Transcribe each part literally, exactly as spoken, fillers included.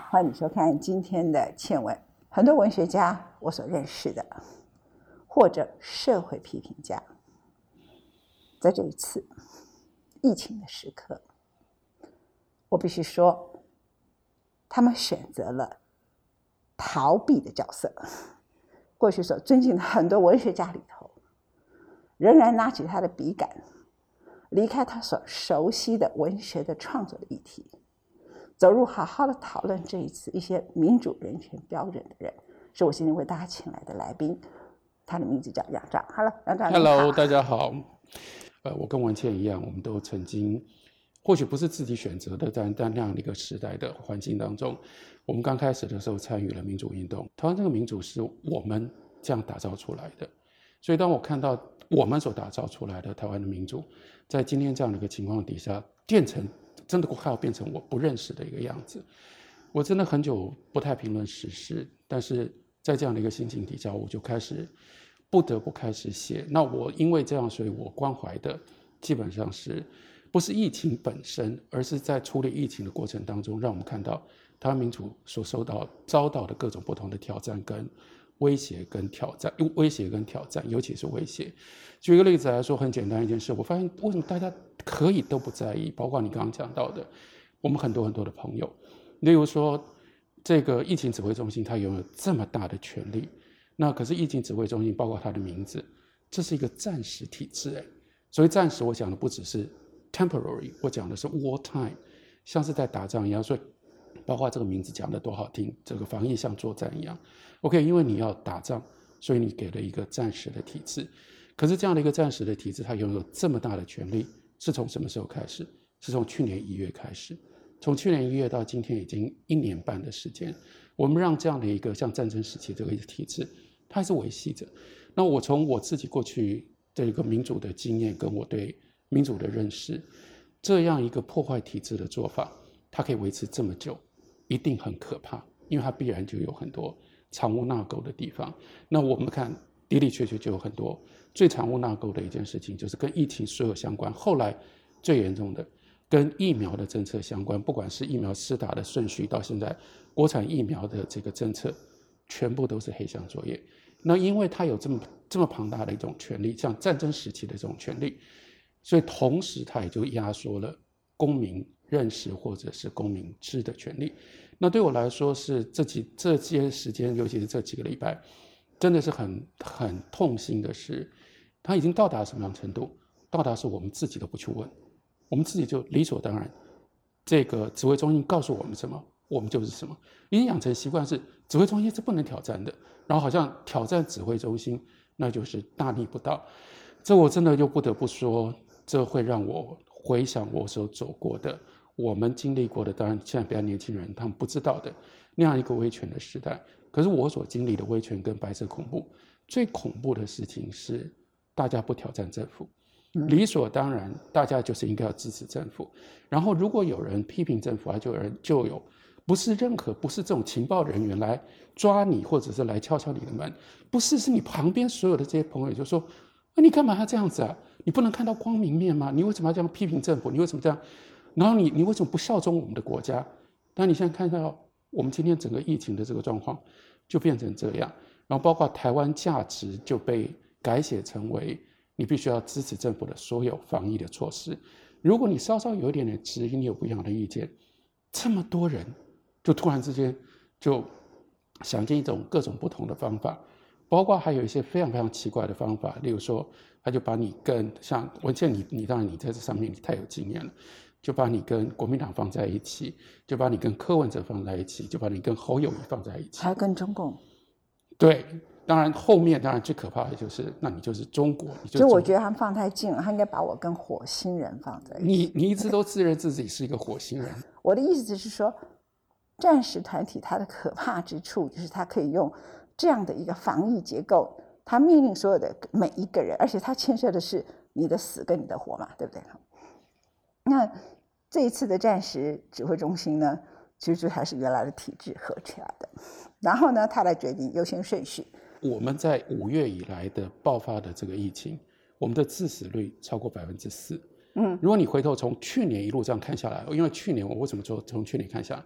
欢迎你收看今天的倩文。很多文学家我所认识的，或者社会批评家，在这一次疫情的时刻，我必须说，他们选择了逃避的角色。过去所尊敬的很多文学家里头，仍然拿起他的笔杆，离开他所熟悉的文学的创作的议题，走入好好的讨论这一次一些民主人权标准的人，是我今天为大家请来的来宾，他的名字叫杨照。Hello， 杨照。 Hello， 大家好。呃，我跟文茜一样，我们都曾经，或许不是自己选择的，但在那样的一个时代的环境当中，我们刚开始的时候参与了民主运动。台湾这个民主是我们这样打造出来的，所以当我看到我们所打造出来的台湾的民主，在今天这样的一个情况底下，变成真的快要变成我不认识的一个样子。我真的很久不太评论时事，但是在这样的一个心情底下，我就开始不得不开始写。那我因为这样，所以我关怀的基本上是不是疫情本身，而是在处理疫情的过程当中，让我们看到台湾民主所受到遭到的各种不同的挑战跟威胁跟挑战，威胁跟挑战，尤其是威胁。举一个例子来说，很简单一件事，我发现为什么大家可以都不在意，包括你刚刚讲到的，我们很多很多的朋友，例如说这个疫情指挥中心，它拥有这么大的权力，那可是疫情指挥中心包括它的名字，这是一个暂时体制。哎，所以暂时我讲的不只是 temporary， 我讲的是 wartime， 像是在打仗一样。所以包括这个名字讲的多好听，这个防疫像作战一样。 OK， 因为你要打仗，所以你给了一个暂时的体制。可是这样的一个暂时的体制，它拥有这么大的权力，是从什么时候开始？是从去年一月开始。从去年一月到今天已经一年半的时间，我们让这样的一个像战争时期这个体制，它还是维系着。那我从我自己过去这个民主的经验跟我对民主的认识，这样一个破坏体制的做法，它可以维持这么久，一定很可怕，因为它必然就有很多藏污纳垢的地方。那我们看的的确确就有很多最藏污纳垢的一件事情，就是跟疫情所有相关，后来最严重的跟疫苗的政策相关，不管是疫苗施打的顺序到现在国产疫苗的这个政策，全部都是黑箱作业。那因为它有这么这么庞大的一种权力，像战争时期的这种权力，所以同时它也就压缩了公民认识或者是公民知的权利。那对我来说是这几这些时间，尤其是这几个礼拜，真的是很很痛心的是，它已经到达什么样程度？到达是我们自己都不去问，我们自己就理所当然，这个指挥中心告诉我们什么，我们就是什么。已经养成习惯是指挥中心是不能挑战的，然后好像挑战指挥中心，那就是大逆不道。这我真的就不得不说，这会让我回想我所走过的，我们经历过的，当然现在比较年轻人他们不知道的那样一个威权的时代。可是我所经历的威权跟白色恐怖，最恐怖的事情是大家不挑战政府，理所当然大家就是应该要支持政府。然后如果有人批评政府，就有人就有不是任何不是这种情报人员来抓你，或者是来敲敲你的门，不是，是你旁边所有的这些朋友就说，你干嘛要这样子啊？你不能看到光明面吗？你为什么要这样批评政府？你为什么这样？然后你你为什么不效忠我们的国家？但你现在看到我们今天整个疫情的这个状况就变成这样，然后包括台湾价值就被改写成为你必须要支持政府的所有防疫的措施。如果你稍稍有一点点质疑，你有不一样的意见，这么多人就突然之间就想尽一种各种不同的方法，包括还有一些非常非常奇怪的方法，例如说他就把你跟像文茜，你你当然你在这上面你太有经验了，就把你跟国民党放在一起，就把你跟柯文哲放在一起，就把你跟侯友宜放在一起， 还跟中共。 对，当然后面当然最可怕的就是那你就是中国。你就是中国， 所以我觉得他们放太近了，他应该把我跟火星人放在一起。 你你一直都自认自己是一个火星人。 我的意思是说，战时团体它的可怕之处就是它可以用这样的一个防疫结构，它命令所有的每一个人，而且它牵涉的是你的死跟你的活嘛，对不对？那这一次的战时指挥中心呢，其实还是原来的体制合起来的，然后呢，他来决定优先顺序。 我们在五月以来的爆发的这个疫情，我们的致死率超过百分之四。嗯，如果你回头从去年一路这样看下来，因为去年我为什么说从去年看下来，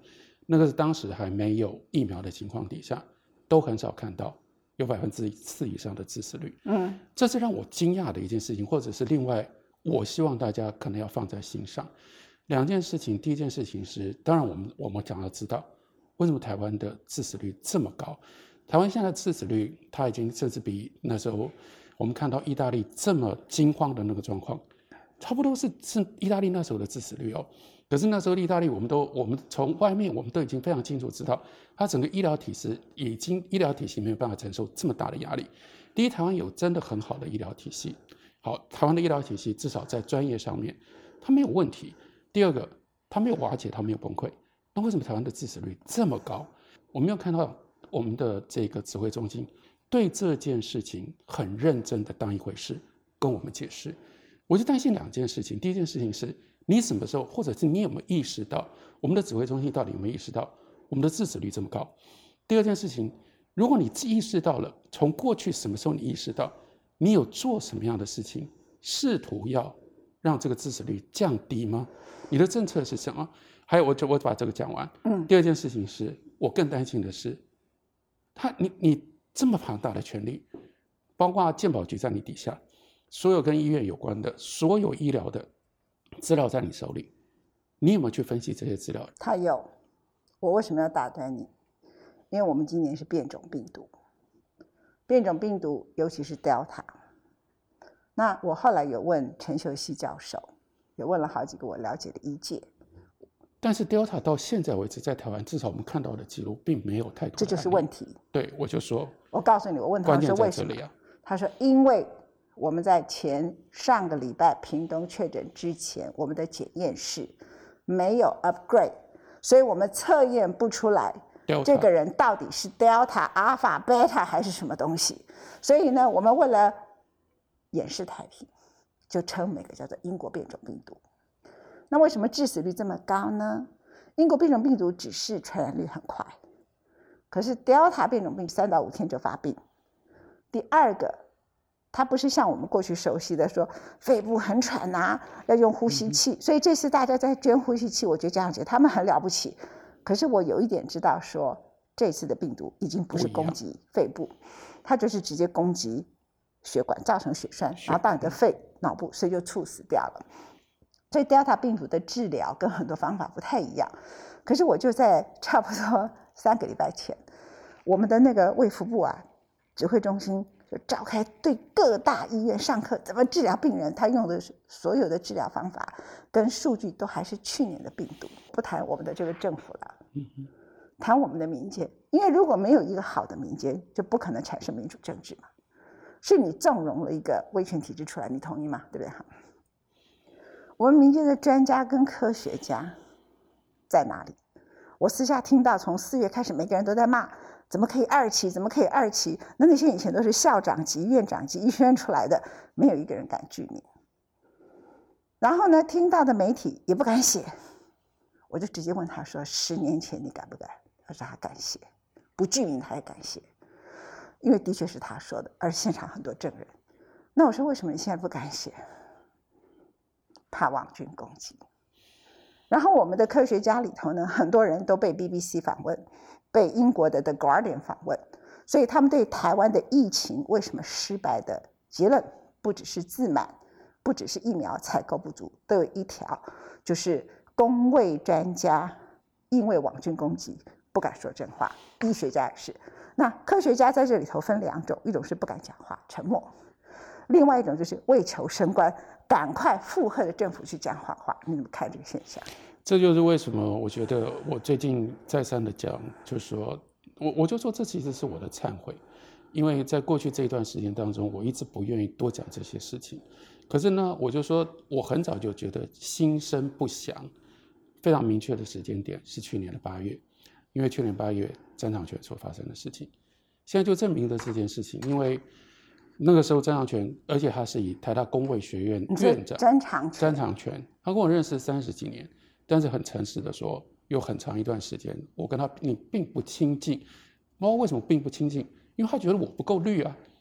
那个是当时还没有疫苗的情况底下，都很少看到有百分之四以上的致死率。嗯，这是让我惊讶的一件事情，或者是另外我希望大家可能要放在心上两件事情。第一件事情是，当然我们我们想要知道为什么台湾的致死率这么高。台湾现在的致死率，它已经甚至比那时候我们看到意大利这么惊慌的那个状况，差不多是是意大利那时候的致死率哦。可是那时候意大利，我们都我们从外面我们都已经非常清楚知道，它整个医疗体系已经医疗体系没有办法承受这么大的压力。第一，台湾有真的很好的医疗体系，好，台湾的医疗体系至少在专业上面它没有问题。第二个，它没有瓦解，它没有崩溃。那为什么台湾的致死率这么高？我们要看到我们的这个指挥中心对这件事情很认真的当一回事，跟我们解释。我就担心两件事情。第一件事情是，你什么时候，或者是你有没有意识到，我们的指挥中心到底有没有意识到我们的致死率这么高？第二件事情，如果你意识到了，从过去什么时候你意识到，你有做什么样的事情，试图要让这个致死率降低吗？你的政策是什么？还有，我就我把这个讲完。嗯，第二件事情是我更担心的是，他你你这么庞大的权力，包括健保局在你底下，所有跟医院有关的所有医疗的资料在你手里，你有没有去分析这些资料？ 他有。我为什么要打断你？因为我们今年是变种病毒，变种病毒尤其是 Delta。那我后来有问陈秀熙教授，有问了好几个我了解的医界。 但是 Delta 到现在为止，在台湾至少我们看到的记录并没有太多。 这就是问题。 对，我就说， 我告诉你，我问他说为什么？啊、他说因为我们在前上个礼拜屏东确诊之前，我们的检验室没有 upgrade， 所以我们测验不出来这个人到底是 Delta、Alpha、Beta 还是什么东西。所以呢，我们为了掩饰太平，就称每个叫做英国变种病毒。那为什么致死率这么高呢？英国变种病毒只是传染率很快，可是 Delta 变种病三到五天就发病。第二个，它不是像我们过去熟悉的说肺部很喘啊，要用呼吸器，所以这次大家在捐呼吸器，我就这样觉得他们很了不起。可是我有一点知道说，这次的病毒已经不是攻击肺部，它就是直接攻击血管，造成血栓，然后到你的肺、脑部，所以就猝死掉了。所以 Delta 病毒的治疗跟很多方法不太一样。可是我就在差不多三个礼拜前，我们的那个卫福部啊指挥中心就召开对各大医院上课怎么治疗病人，他用的所有的治疗方法跟数据都还是去年的病毒。不谈我们的这个政府了，谈我们的民间，因为如果没有一个好的民间，就不可能产生民主政治嘛。是你纵容了一个威权体制出来，你同意吗？对不对？我们民间的专家跟科学家在哪里？我私下听到，从四月开始，每个人都在骂，怎么可以二期？怎么可以二期？那那些以前都是校长级、院长级、医学院出来的，没有一个人敢具名。然后呢，听到的媒体也不敢写，我就直接问他说：“十年前你敢不敢？”他说他敢写，不具名他也敢写，因为的确是他说的，而现场很多证人。那我说为什么你现在不敢写？怕网军攻击。然后我们的科学家里头呢，很多人都被 B B C 访问，被英国的 The Guardian 访问，所以他们对台湾的疫情为什么失败的结论，不只是自满，不只是疫苗采购不足，都有一条，就是公卫专家因为网军攻击不敢说真话，医学家也是。那科学家在这里头分两种，一种是不敢讲话，沉默；另外一种就是为求升官，赶快附和着政府去讲谎话。你怎么看这个现象？ 这就是为什么我觉得我最近再三的讲，就是说我我就说这其实是我的忏悔，因为在过去这一段时间当中，我一直不愿意多讲这些事情。可是呢，我就说我很早就觉得心生不祥，非常明确的时间点是去年的八月，因为去年八月詹长权所发生的事情，现在就证明了这件事情。因为那个时候詹长权，而且他是以台大公卫学院院长詹长权， 詹长权，他跟我认识三十几年，但是很诚实的说，有很长一段时间我跟他你并不亲近。然后为什么并不亲近？因为他觉得我不够绿啊。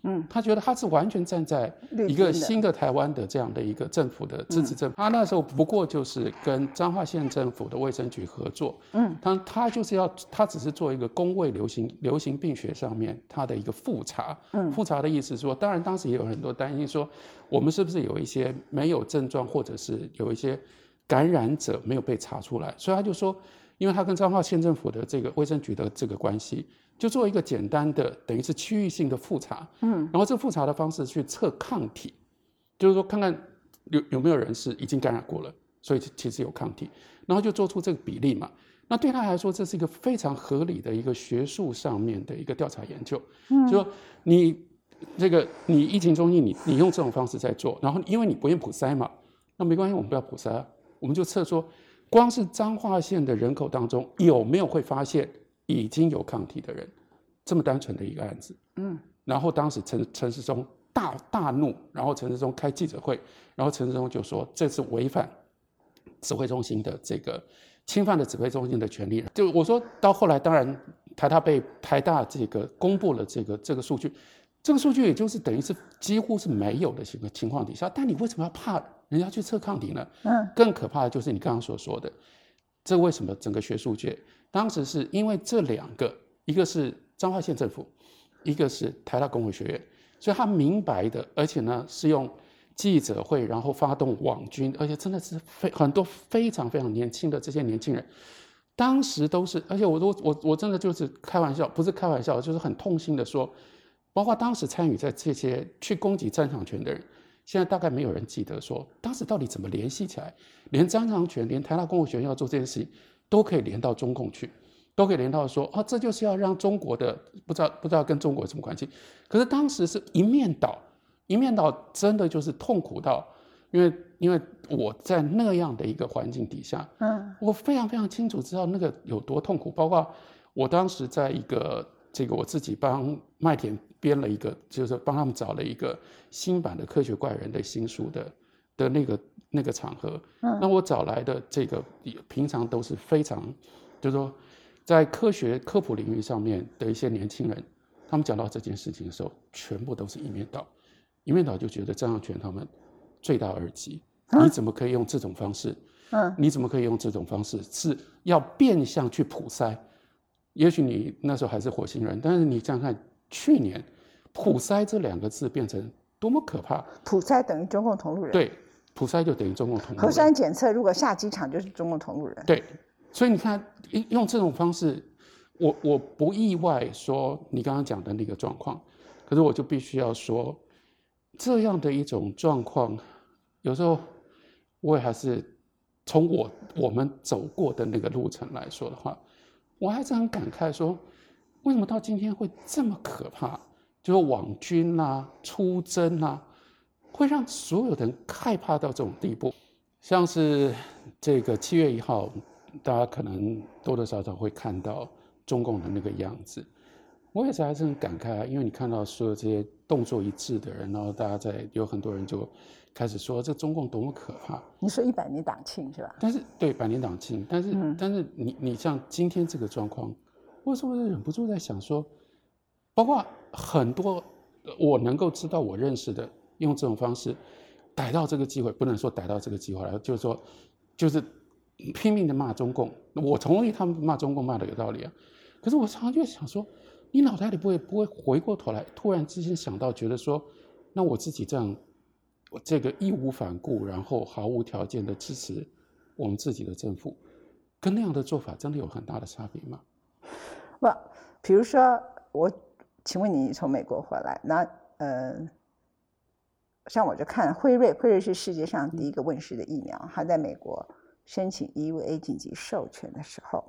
嗯，他觉得他是完全站在一个新的台湾的这样的一个政府的支持政府。嗯、他那时候不过就是跟彰化县政府的卫生局合作，嗯，他他就是要他只是做一个公卫流行流行病学上面他的一个复查，嗯，复查的意思是说，当然当时也有很多担心说，我们是不是有一些没有症状或者是有一些感染者没有被查出来，所以他就说，因为他跟彰化县政府的这个卫生局的这个关系。就做一个简单的，等于是区域性的复查，嗯，然后这复查的方式去测抗体，就是说看看有有没有人是已经感染过了，所以其实有抗体，然后就做出这个比例嘛。那对他来说，这是一个非常合理的一个学术上面的一个调查研究，嗯，就说你这个你疫情中心你你用这种方式在做，然后因为你不用普筛嘛，那没关系，我们不要普筛，我们就测说，光是彰化县的人口当中有没有会发现。已经有抗体的人，这么单纯的一个案子，嗯，然后当时陈陈时中大大怒，然后陈时中开记者会，然后陈时中就说这是违反指挥中心的这个侵犯了指挥中心的权利。就我说到后来，当然台大被台大这个公布了这个这个数据，这个数据也就是等于是几乎是没有的情情况底下，但你为什么要怕人家去测抗体呢？嗯，更可怕的就是你刚刚所说的，这为什么整个学术界？当时是因为这两个，一个是彰化县政府，一个是台大工卫学院，所以他明白的，而且呢是用记者会，然后发动网军，而且真的是非很多非常非常年轻的这些年轻人，当时都是，而且我都我我真的就是开玩笑，不是开玩笑，就是很痛心的说，包括当时参与在这些去攻击张长权的人，现在大概没有人记得说当时到底怎么联系起来，连张长权，连台大工卫学院要做这件事情。都可以连到中共去，都可以连到说啊，这就是要让中国的不知道不知道跟中国有什么关系。可是当时是一面倒，一面倒真的就是痛苦到，因为因为我在那样的一个环境底下，嗯，我非常非常清楚知道那个有多痛苦。包括我当时在一个这个我自己帮麦田编了一个，就是帮他们找了一个新版的《科学怪人》的新书的的那个。那个场合，那我找来的这个平常都是非常，就是说，在科学科普领域上面的一些年轻人，他们讲到这件事情的时候，全部都是一面倒，一面倒就觉得张扬权他们罪大恶极，你怎么可以用这种方式？嗯，你怎么可以用这种方式？是要变相去普筛？也许你那时候还是火星人，但是你想想看，去年普筛这两个字变成多么可怕！ 普筛等于中共同路人。 对。普筛就等于中共同路人， 核酸检测如果下机场就是中共同路人。 对，所以你看用这种方式，我我不意外说你刚刚讲的那个状况，可是我就必须要说，这样的一种状况，有时候我也还是从我我们走过的那个路程来说的话，我还是很感慨说，为什么到今天会这么可怕？就是网军啊、出征啊。会让所有人害怕到这种地步，像是这个七月一号，大家可能多多少少会看到中共的那个样子。我也是还是很感慨啊，因为你看到所有这些动作一致的人，然后大家在有很多人就开始说这中共多么可怕。 你说一百年党庆是吧？ 但是对百年党庆，但是、嗯、但是你你像今天这个状况，我是不是忍不住在想说，包括很多我能够知道我认识的。用这种方式逮到这个机会，不能说逮到这个机会了，就是说，就是拼命的骂中共。我同意他们骂中共骂的有道理啊，可是我常常就想说，你脑袋里不会不会回过头来，突然之间想到，觉得说，那我自己这样，我这个义无反顾，然后毫无条件的支持我们自己的政府，跟那样的做法真的有很大的差别吗？ 不，比如说我，请问你从美国回来，那呃。像我就看辉瑞，辉瑞是世界上第一个问世的疫苗，它在美国申请 E U A 紧急授权的时候，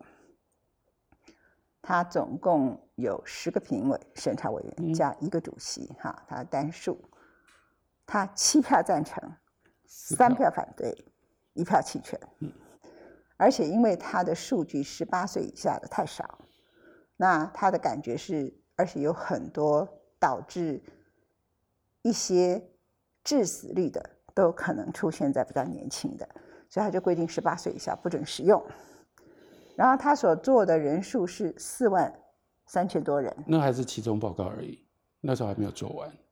它总共有十个评委审查委员加一个主席，哈，它单数，它七票赞成，三票反对，一票弃权，而且因为它的数据十八岁以下的太少，那他的感觉是，而且有很多导致一些致死率的都有可能出现在比较年轻的，所以他就规定十八岁以下不准使用。然后他所做的人数是四万三千多人， 那还是期中报告而已，那时候还没有做完。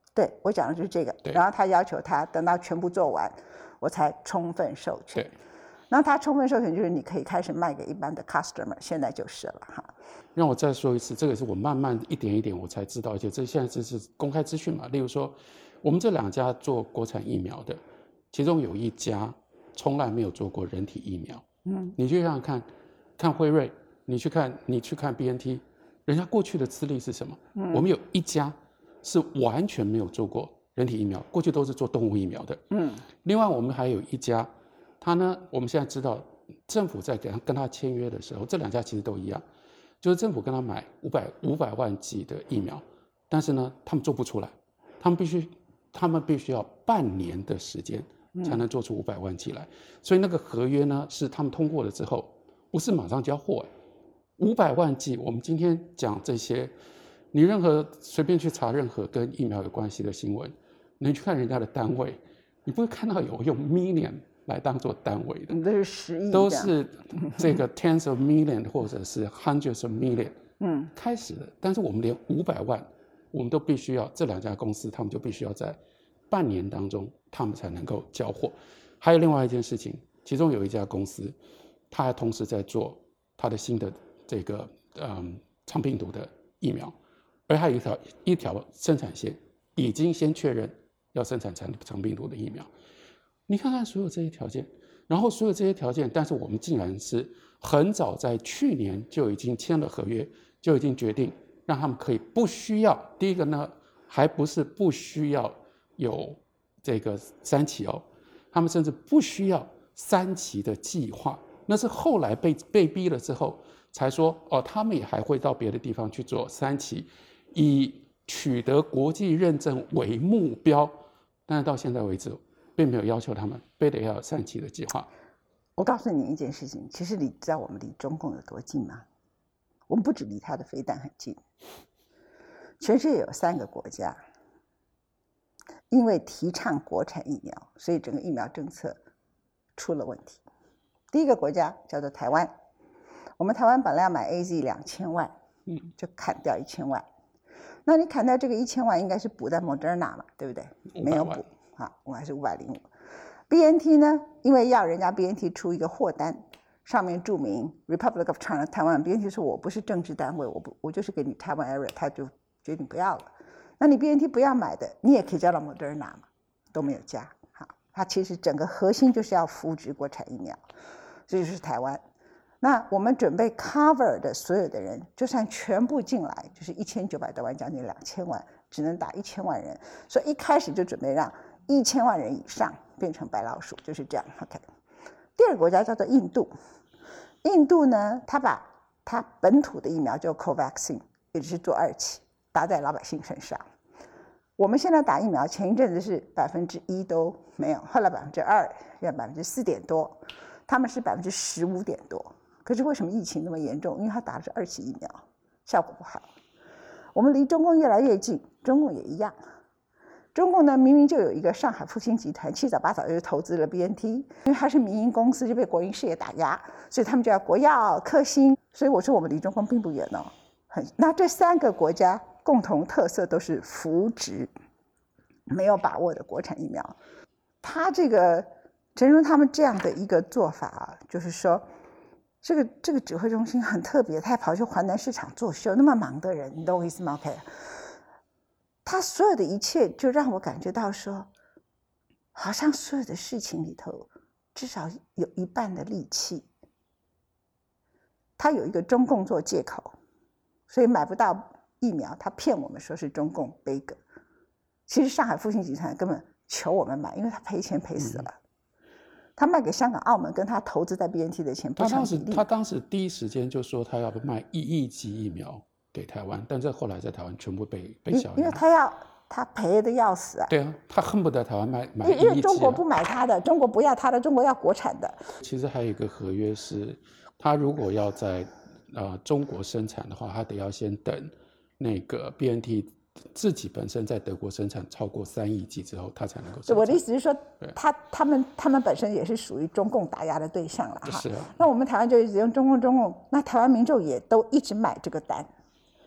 对，我讲的就是这个。然后他要求他等到全部做完，我才充分授权。 对， 那他充分授权就是你可以开始卖给一般的 customer， 现在就是了哈。 让我再说一次，这个是我慢慢一点一点我才知道，而且这现在这是公开资讯嘛。例如说，我们这两家做国产疫苗的，其中有一家从来没有做过人体疫苗。嗯，你去想想看，看辉瑞，你去看你去看 B N T， 人家过去的资历是什么？嗯，我们有一家是完全没有做过人体疫苗，过去都是做动物疫苗的。嗯，另外我们还有一家，他呢，我们现在知道政府在跟他跟他签约的时候，这两家其实都一样。就是政府跟他买五百五百万剂的疫苗，但是呢，他们做不出来，他们必须他们必须要半年的时间才能做出五百万剂来，嗯、所以那个合约呢是他们通过了之后，不是马上交货。五百万剂，我们今天讲这些，你任何随便去查任何跟疫苗有关系的新闻，你去看人家的单位，你不会看到有用 million。来当做单位的， 都是十亿， 都是这个 tens of million 或者是 hundreds of million， 嗯，开始的。但是我们连五百万，我们都必须要这两家公司，他们就必须要在半年当中，他们才能够交货。还有另外一件事情，其中有一家公司，它还同时在做它的新的这个嗯肠病毒的疫苗，而还有一条一条生产线已经先确认要生产肠肠病毒的疫苗。你看看所有这些条件，然后所有这些条件，但是我们竟然是很早在去年就已经签了合约，就已经决定让他们可以不需要，第一个呢，还不是不需要有这个三期哦，他们甚至不需要三期的计划，那是后来被被逼了之后才说哦，他们也还会到别的地方去做三期，以取得国际认证为目标，但是到现在为止。并没有要求他们非得要有三期的计划。 我告诉你一件事情，其实你知道我们离中共有多近吗？我们不止离他的飞弹很近，全世界有三个国家，因为提倡国产疫苗，所以整个疫苗政策出了问题。第一个国家叫做台湾，我们台湾本来要买 A Z 两千万，嗯，就砍掉一千万。那你砍掉这个一千万，应该是补在 Moderna 嘛，对不对？没有补。啊，我还是五百零五。B N T 呢，因为要人家 B N T 出一个货单，上面注明 Republic of China 台湾 B N T 说我不是政治单位，我不我就是给你台湾 area， 他就决定不要了。那你 B N T 不要买的，你也可以交到 Moderna 嘛，都没有加。好，它其实整个核心就是要扶植国产疫苗，这就是台湾。那我们准备 cover 的所有的人，就算全部进来，就是一千九百多万，将近两千万，只能打一千万人，所以一开始就准备让一千万人以上变成白老鼠，就是这样。OK， 第二个国家叫做印度，印度呢，它把它本土的疫苗叫 Covaxin， 也就是做二期，打在老百姓身上。我们现在打疫苗，前一阵子是百分之一都没有，后来百分之二，现在百分之四点多，他们是百分之十五点多。可是为什么疫情那么严重？因为他打的是二期疫苗，效果不好。我们离中共越来越近，中共也一样。中共呢，明明就有一个上海复兴集团，七早八早就投资了 B N T， 因为它是民营公司，就被国营事业打压，所以他们就要国药、科兴。所以我说我们离中共并不远哦。很，那这三个国家共同特色都是扶植没有把握的国产疫苗。他这个，正如他们这样的一个做法啊，就是说，这个这个指挥中心很特别，他还跑去华南市场作秀，那么忙的人，你懂我意思吗 ？OK。他所有的一切就让我感觉到说，好像所有的事情里头至少有一半的力气，他有一个中共做借口，所以买不到疫苗，他骗我们说是中共背锅。其实上海复兴集团根本求我们买，因为他赔钱赔死了。嗯、他卖给香港、澳门，跟他投资在 B N T 的钱不成比例。 他当时第一时间就说他要卖一亿剂疫苗给台湾，但这后来在台湾全部被被消灭， 因为他要他赔的要死啊！ 对啊，他恨不得台湾买买一亿剂、啊、 因为中国不买他的，中国不要他的，中国要国产的。 其实还有一个合约是，他如果要在呃中国生产的话，他得要先等那个 B N T 自己本身在德国生产超过三亿剂之后，他才能够生产。 我的意思是说，他他们他们本身也是属于中共打压的对象了哈。 是啊。 那我们台湾就一直用中共中共，那台湾民众也都一直买这个单。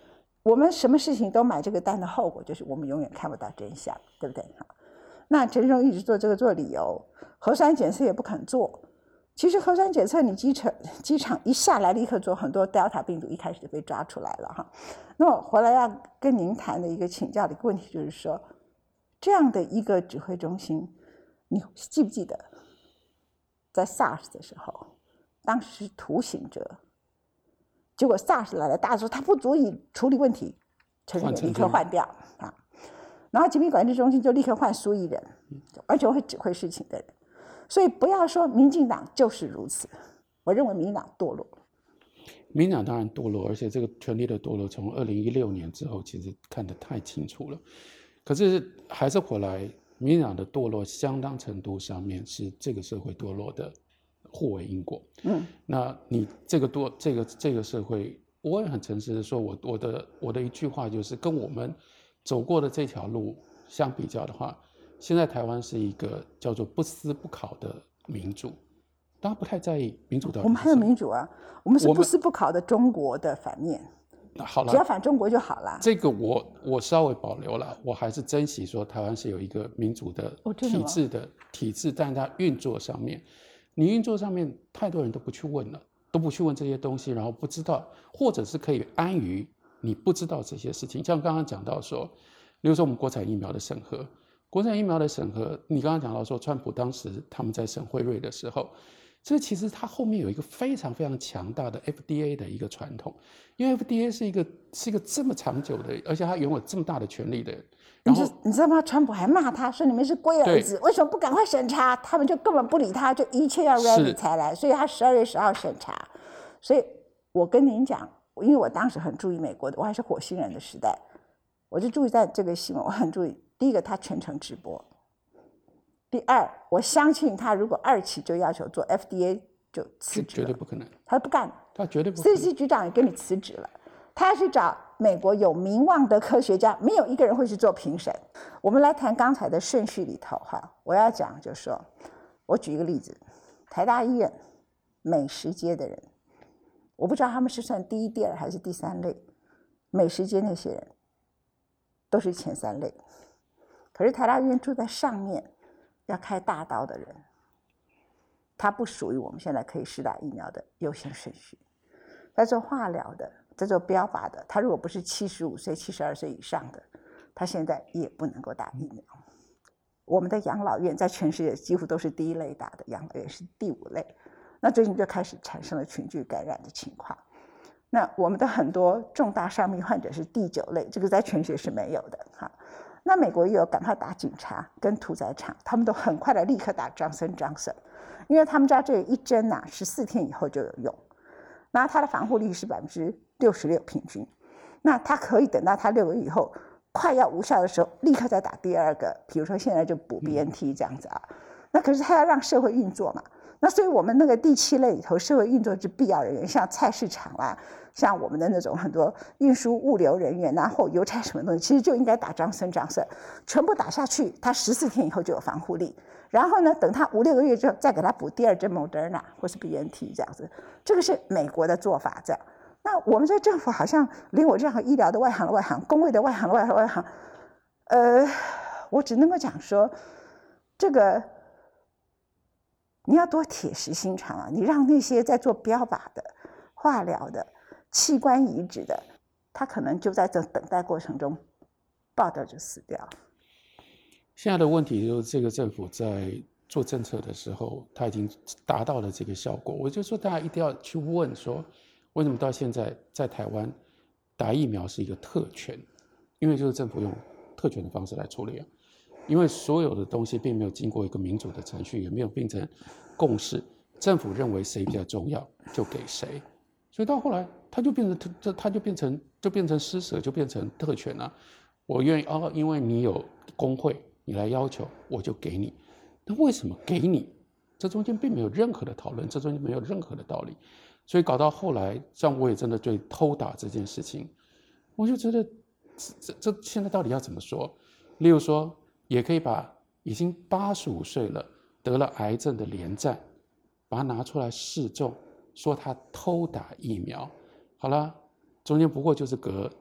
我们什么事情都买这个单的后果就是我们永远看不到真相，对不对？那陈时中一直做这个做理由，核酸检测也不肯做。其实核酸检测你机场机场一下来立刻做，很多 Delta 病毒一开始就被抓出来了哈。那我回来要跟您谈的一个请教的一个问题就是说，这样的一个指挥中心，你记不记得在 SARS 的时候，当时是图行者，结果 SARS 来了，大家说它不足以处理问题，陈水扁立刻换掉啊，然后疾病管制中心就立刻换苏益仁，完全会指挥事情的人。所以不要说民进党就是如此，我认为民进党堕落。 民进党当然堕落，而且这个权力的堕落从二零一六年之后其实看得太清楚了。可是还是回来，民进党的堕落相当程度上面是这个社会堕落的互为因果。嗯，那你这个堕这个这个社会，我也很诚实的说，我我的我的一句话就是，跟我们走过的这条路相比较的话，现在台湾是一个叫做不思不考的民主，大家不太在意民主到底是什么。 我们还有民主啊，我们是不思不考的中国的反面。 好了， 只要反中国就好了。 这个我我稍微保留了，我还是珍惜说台湾是有一个民主的体制的、哦、体制，但它运作上面，你运作上面太多人都不去问了，都不去问这些东西，然后不知道，或者是可以安于你不知道这些事情。像刚刚讲到说，例如说我们国产疫苗的审核。国产疫苗的审核，你刚刚讲到说，川普当时他们在审辉瑞的时候，这其实它后面有一个非常非常强大的 F D A 的一个传统，因为 F D A 是一个是一个这么长久的，而且它拥有这么大的权力的人。然后你知道吗？川普还骂他说：“你们是龟儿子，为什么不赶快审查？”他们就根本不理他，就一切要 ready 才来。所以他十二月十号审查。所以我跟您讲，因为我当时很注意美国的，我还是火星人的时代，我就注意在这个新闻，我很注意。第一个，他全程直播；第二，我相信他如果二期就要求做 F D A 就辞职了， 绝对不可能， 他不干， 他绝对不可能。 C D C 局长也跟你辞职了，他要去找美国有名望的科学家，没有一个人会去做评审。我们来谈刚才的顺序里头哈，我要讲就是说，我举一个例子，台大医院美食街的人，我不知道他们是算第一、第二还是第三类，美食街那些人都是前三类。可是台大医院住在上面，要开大刀的人，他不属于我们现在可以施打疫苗的优先顺序。在做化疗的，在做标靶的，他如果不是七十五岁、七十二岁以上的，他现在也不能够打疫苗。我们的养老院在全世界几乎都是第一类打的，养老院是第五类。那最近就开始产生了群聚感染的情况。那我们的很多重大伤病患者是第九类，这个在全世界是没有的哈。那美国也有赶快打警察跟屠宰场，他们都很快的立刻打张森张森，因为他们知道这一针啊十四天以后就有用，那它的防护力是百分之六十六平均，那它可以等到它六个月以后快要无效的时候，立刻再打第二个，比如说现在就补 B N T 这样子啊。那可是它要让社会运作嘛，那所以我们那个第七类里头社会运作之必要人员，像菜市场啦、啊。像我们的那种很多运输物流人员然后邮差什么东西，其实就应该打张森张森，全部打下去，他十四天以后就有防护力。然后呢，等他五六个月之后，再给他补第二针 Moderna 或是 B N T 这样子，这个是美国的做法。这样，那我们这政府好像连我这样医疗的外行的外行，公卫的外行的外行外行，呃，我只能够讲说，这个你要多铁石心肠啊！你让那些在做标靶的、化疗的。器官移植的，他可能就在这等待过程中爆掉就死掉。 现在的问题就是这个政府在做政策的时候，他已经达到了这个效果。我就说大家一定要去问说，为什么到现在在台湾打疫苗是一个特权？因为就是政府用特权的方式来处理啊。因为所有的东西并没有经过一个民主的程序，也没有变成共识，政府认为谁比较重要就给谁。所以到后来，它就变成，这它就变成，就变成施舍，就变成特权了、啊。我愿意哦，因为你有工会，你来要求，我就给你。那为什么给你？这中间并没有任何的讨论，这中间没有任何的道理。所以搞到后来，像我也真的对偷打这件事情，我就觉得这这这现在到底要怎么说？例如说，也可以把已经八十五岁了得了癌症的连战，把它拿出来示众。说他偷打疫苗，好了，中间不过就是隔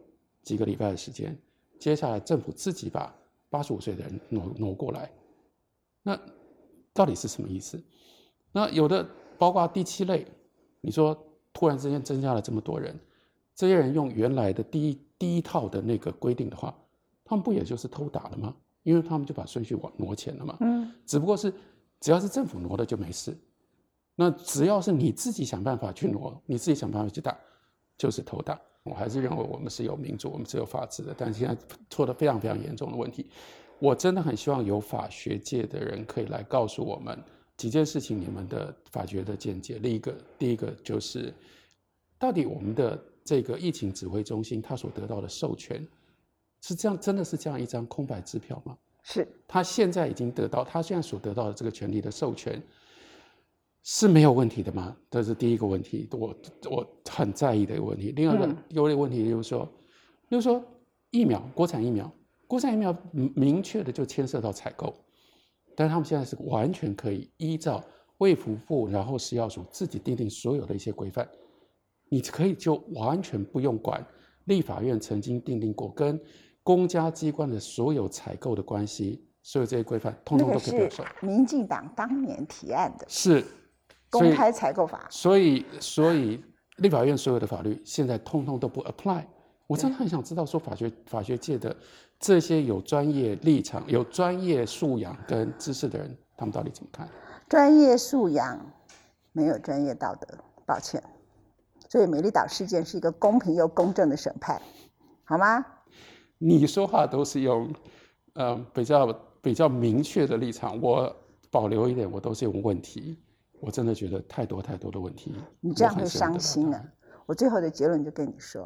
几个礼拜的时间，接下来政府自己把八十五岁的人挪挪过来，那到底是什么意思？那有的包括第七类，你说突然之间增加了这么多人，这些人用原来的第一第一套的那个规定的话，他们不也就是偷打了吗？因为他们就把顺序往挪前了嘛。嗯，只不过是只要是政府挪的就没事，那只要是你自己想办法去挪，你自己想办法去打，就是偷打。我还是认为我们是有民主，我们是有法治的，但是现在错得非常非常严重的问题。我真的很希望有法学界的人可以来告诉我们几件事情，你们的法学的见解。第一个，第一个就是到底我们的这个疫情指挥中心他所得到的授权是这样，真的是这样一张空白支票吗？ 是， 他现在已经得到，他现在所得到的这个权利的授权是没有问题的吗？这是第一个问题，我我很在意的一个问题。另外一个有一个问题就是说，比如说疫苗，国产疫苗，国产疫苗明确的就牵涉到采购，但是他们现在是完全可以依照卫福部然后食药署自己订定所有的一些规范，你可以就完全不用管立法院曾经订定过跟公家机关的所有采购的关系，所有这些规范通通都可以不要受。 那个是民进党当年提案的， 是公开采购法， 所以所以立法院所有的法律现在通通都不 apply。我真的很想知道说法学法学界的这些有专业立场、有专业素养跟知识的人，他们到底怎么看？ 专业素养没有专业道德，抱歉。所以美丽岛事件是一个公平又公正的审判，好吗？ 你说话都是用呃比较比较明确的立场，我保留一点，我都是用问题。我真的觉得太多太多的问题， 你这样会伤心啊！我最后的结论就跟你说，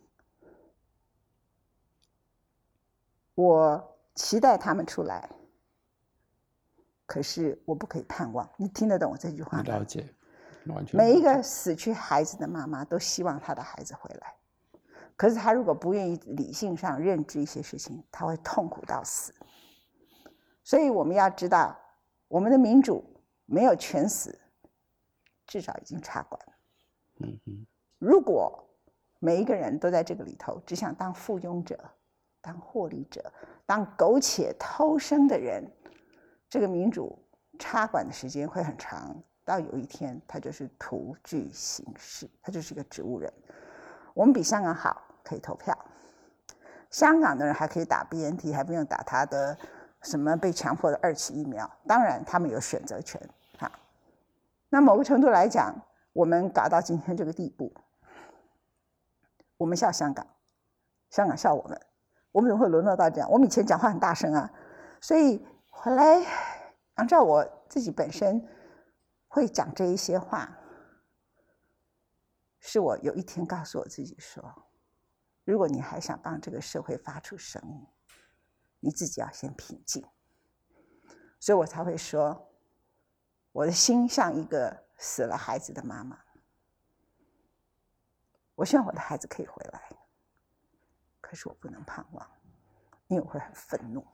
我期待他们出来，可是我不可以盼望。你听得懂我这句话吗？ 了解，完全。 每一个死去孩子的妈妈都希望她的孩子回来，可是她如果不愿意理性上认知一些事情，她会痛苦到死。所以我们要知道，我们的民主没有全死，至少已经插管。 嗯哼， 如果每一个人都在这个里头只想当附庸者、当获利者、当苟且偷生的人，这个民主插管的时间会很长，到有一天他就是徒具形式，他就是一个植物人。我们比香港好，可以投票，香港的人还可以打 B N T， 还不用打他的什么被强迫的二期疫苗，当然他们有选择权。那某个程度来讲，我们搞到今天这个地步，我们笑香港，香港笑我们，我们怎么会沦落到这样？我们以前讲话很大声啊，所以后来按照我自己本身会讲这一些话，是我有一天告诉我自己说，如果你还想帮这个社会发出声音，你自己要先平静。所以我才会说，我的心像一个死了孩子的妈妈，我希望我的孩子可以回来，可是我不能盼望，因为我会很愤怒。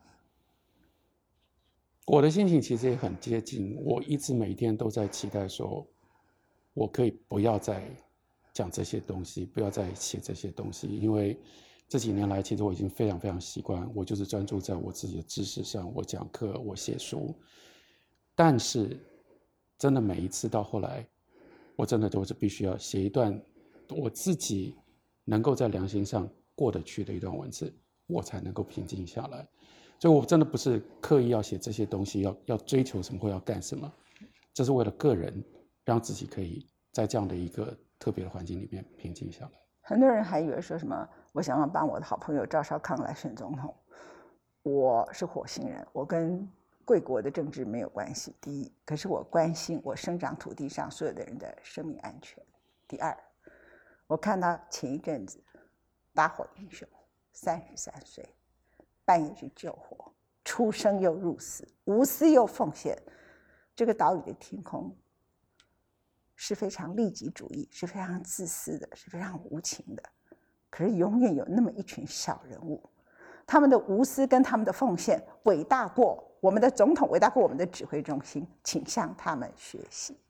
我的心情其实也很接近，我一直每天都在期待说，我可以不要再讲这些东西，不要再写这些东西，因为这几年来其实我已经非常非常习惯，我就是专注在我自己的知识上，我讲课，我写书，但是真的每一次到后来，我真的都是必须要写一段我自己能够在良心上过得去的一段文字，我才能够平静下来。所以我真的不是刻意要写这些东西，要要追求什么或要干什么，这是为了个人让自己可以在这样的一个特别的环境里面平静下来。 很多人还以为说什么我想要帮我的好朋友赵少康来选总统，我是火星人，我跟贵国的政治没有关系。第一，可是我关心我生长土地上所有的人的生命安全。第二，我看到前一阵子打火英雄，三十三岁，半夜去救火，出生又入死，无私又奉献。这个岛屿的天空是非常利己主义，是非常自私的，是非常无情的。可是永远有那么一群小人物，他们的无私跟他们的奉献伟大过我们的总统，伟大过我们的指挥中心，请向他们学习。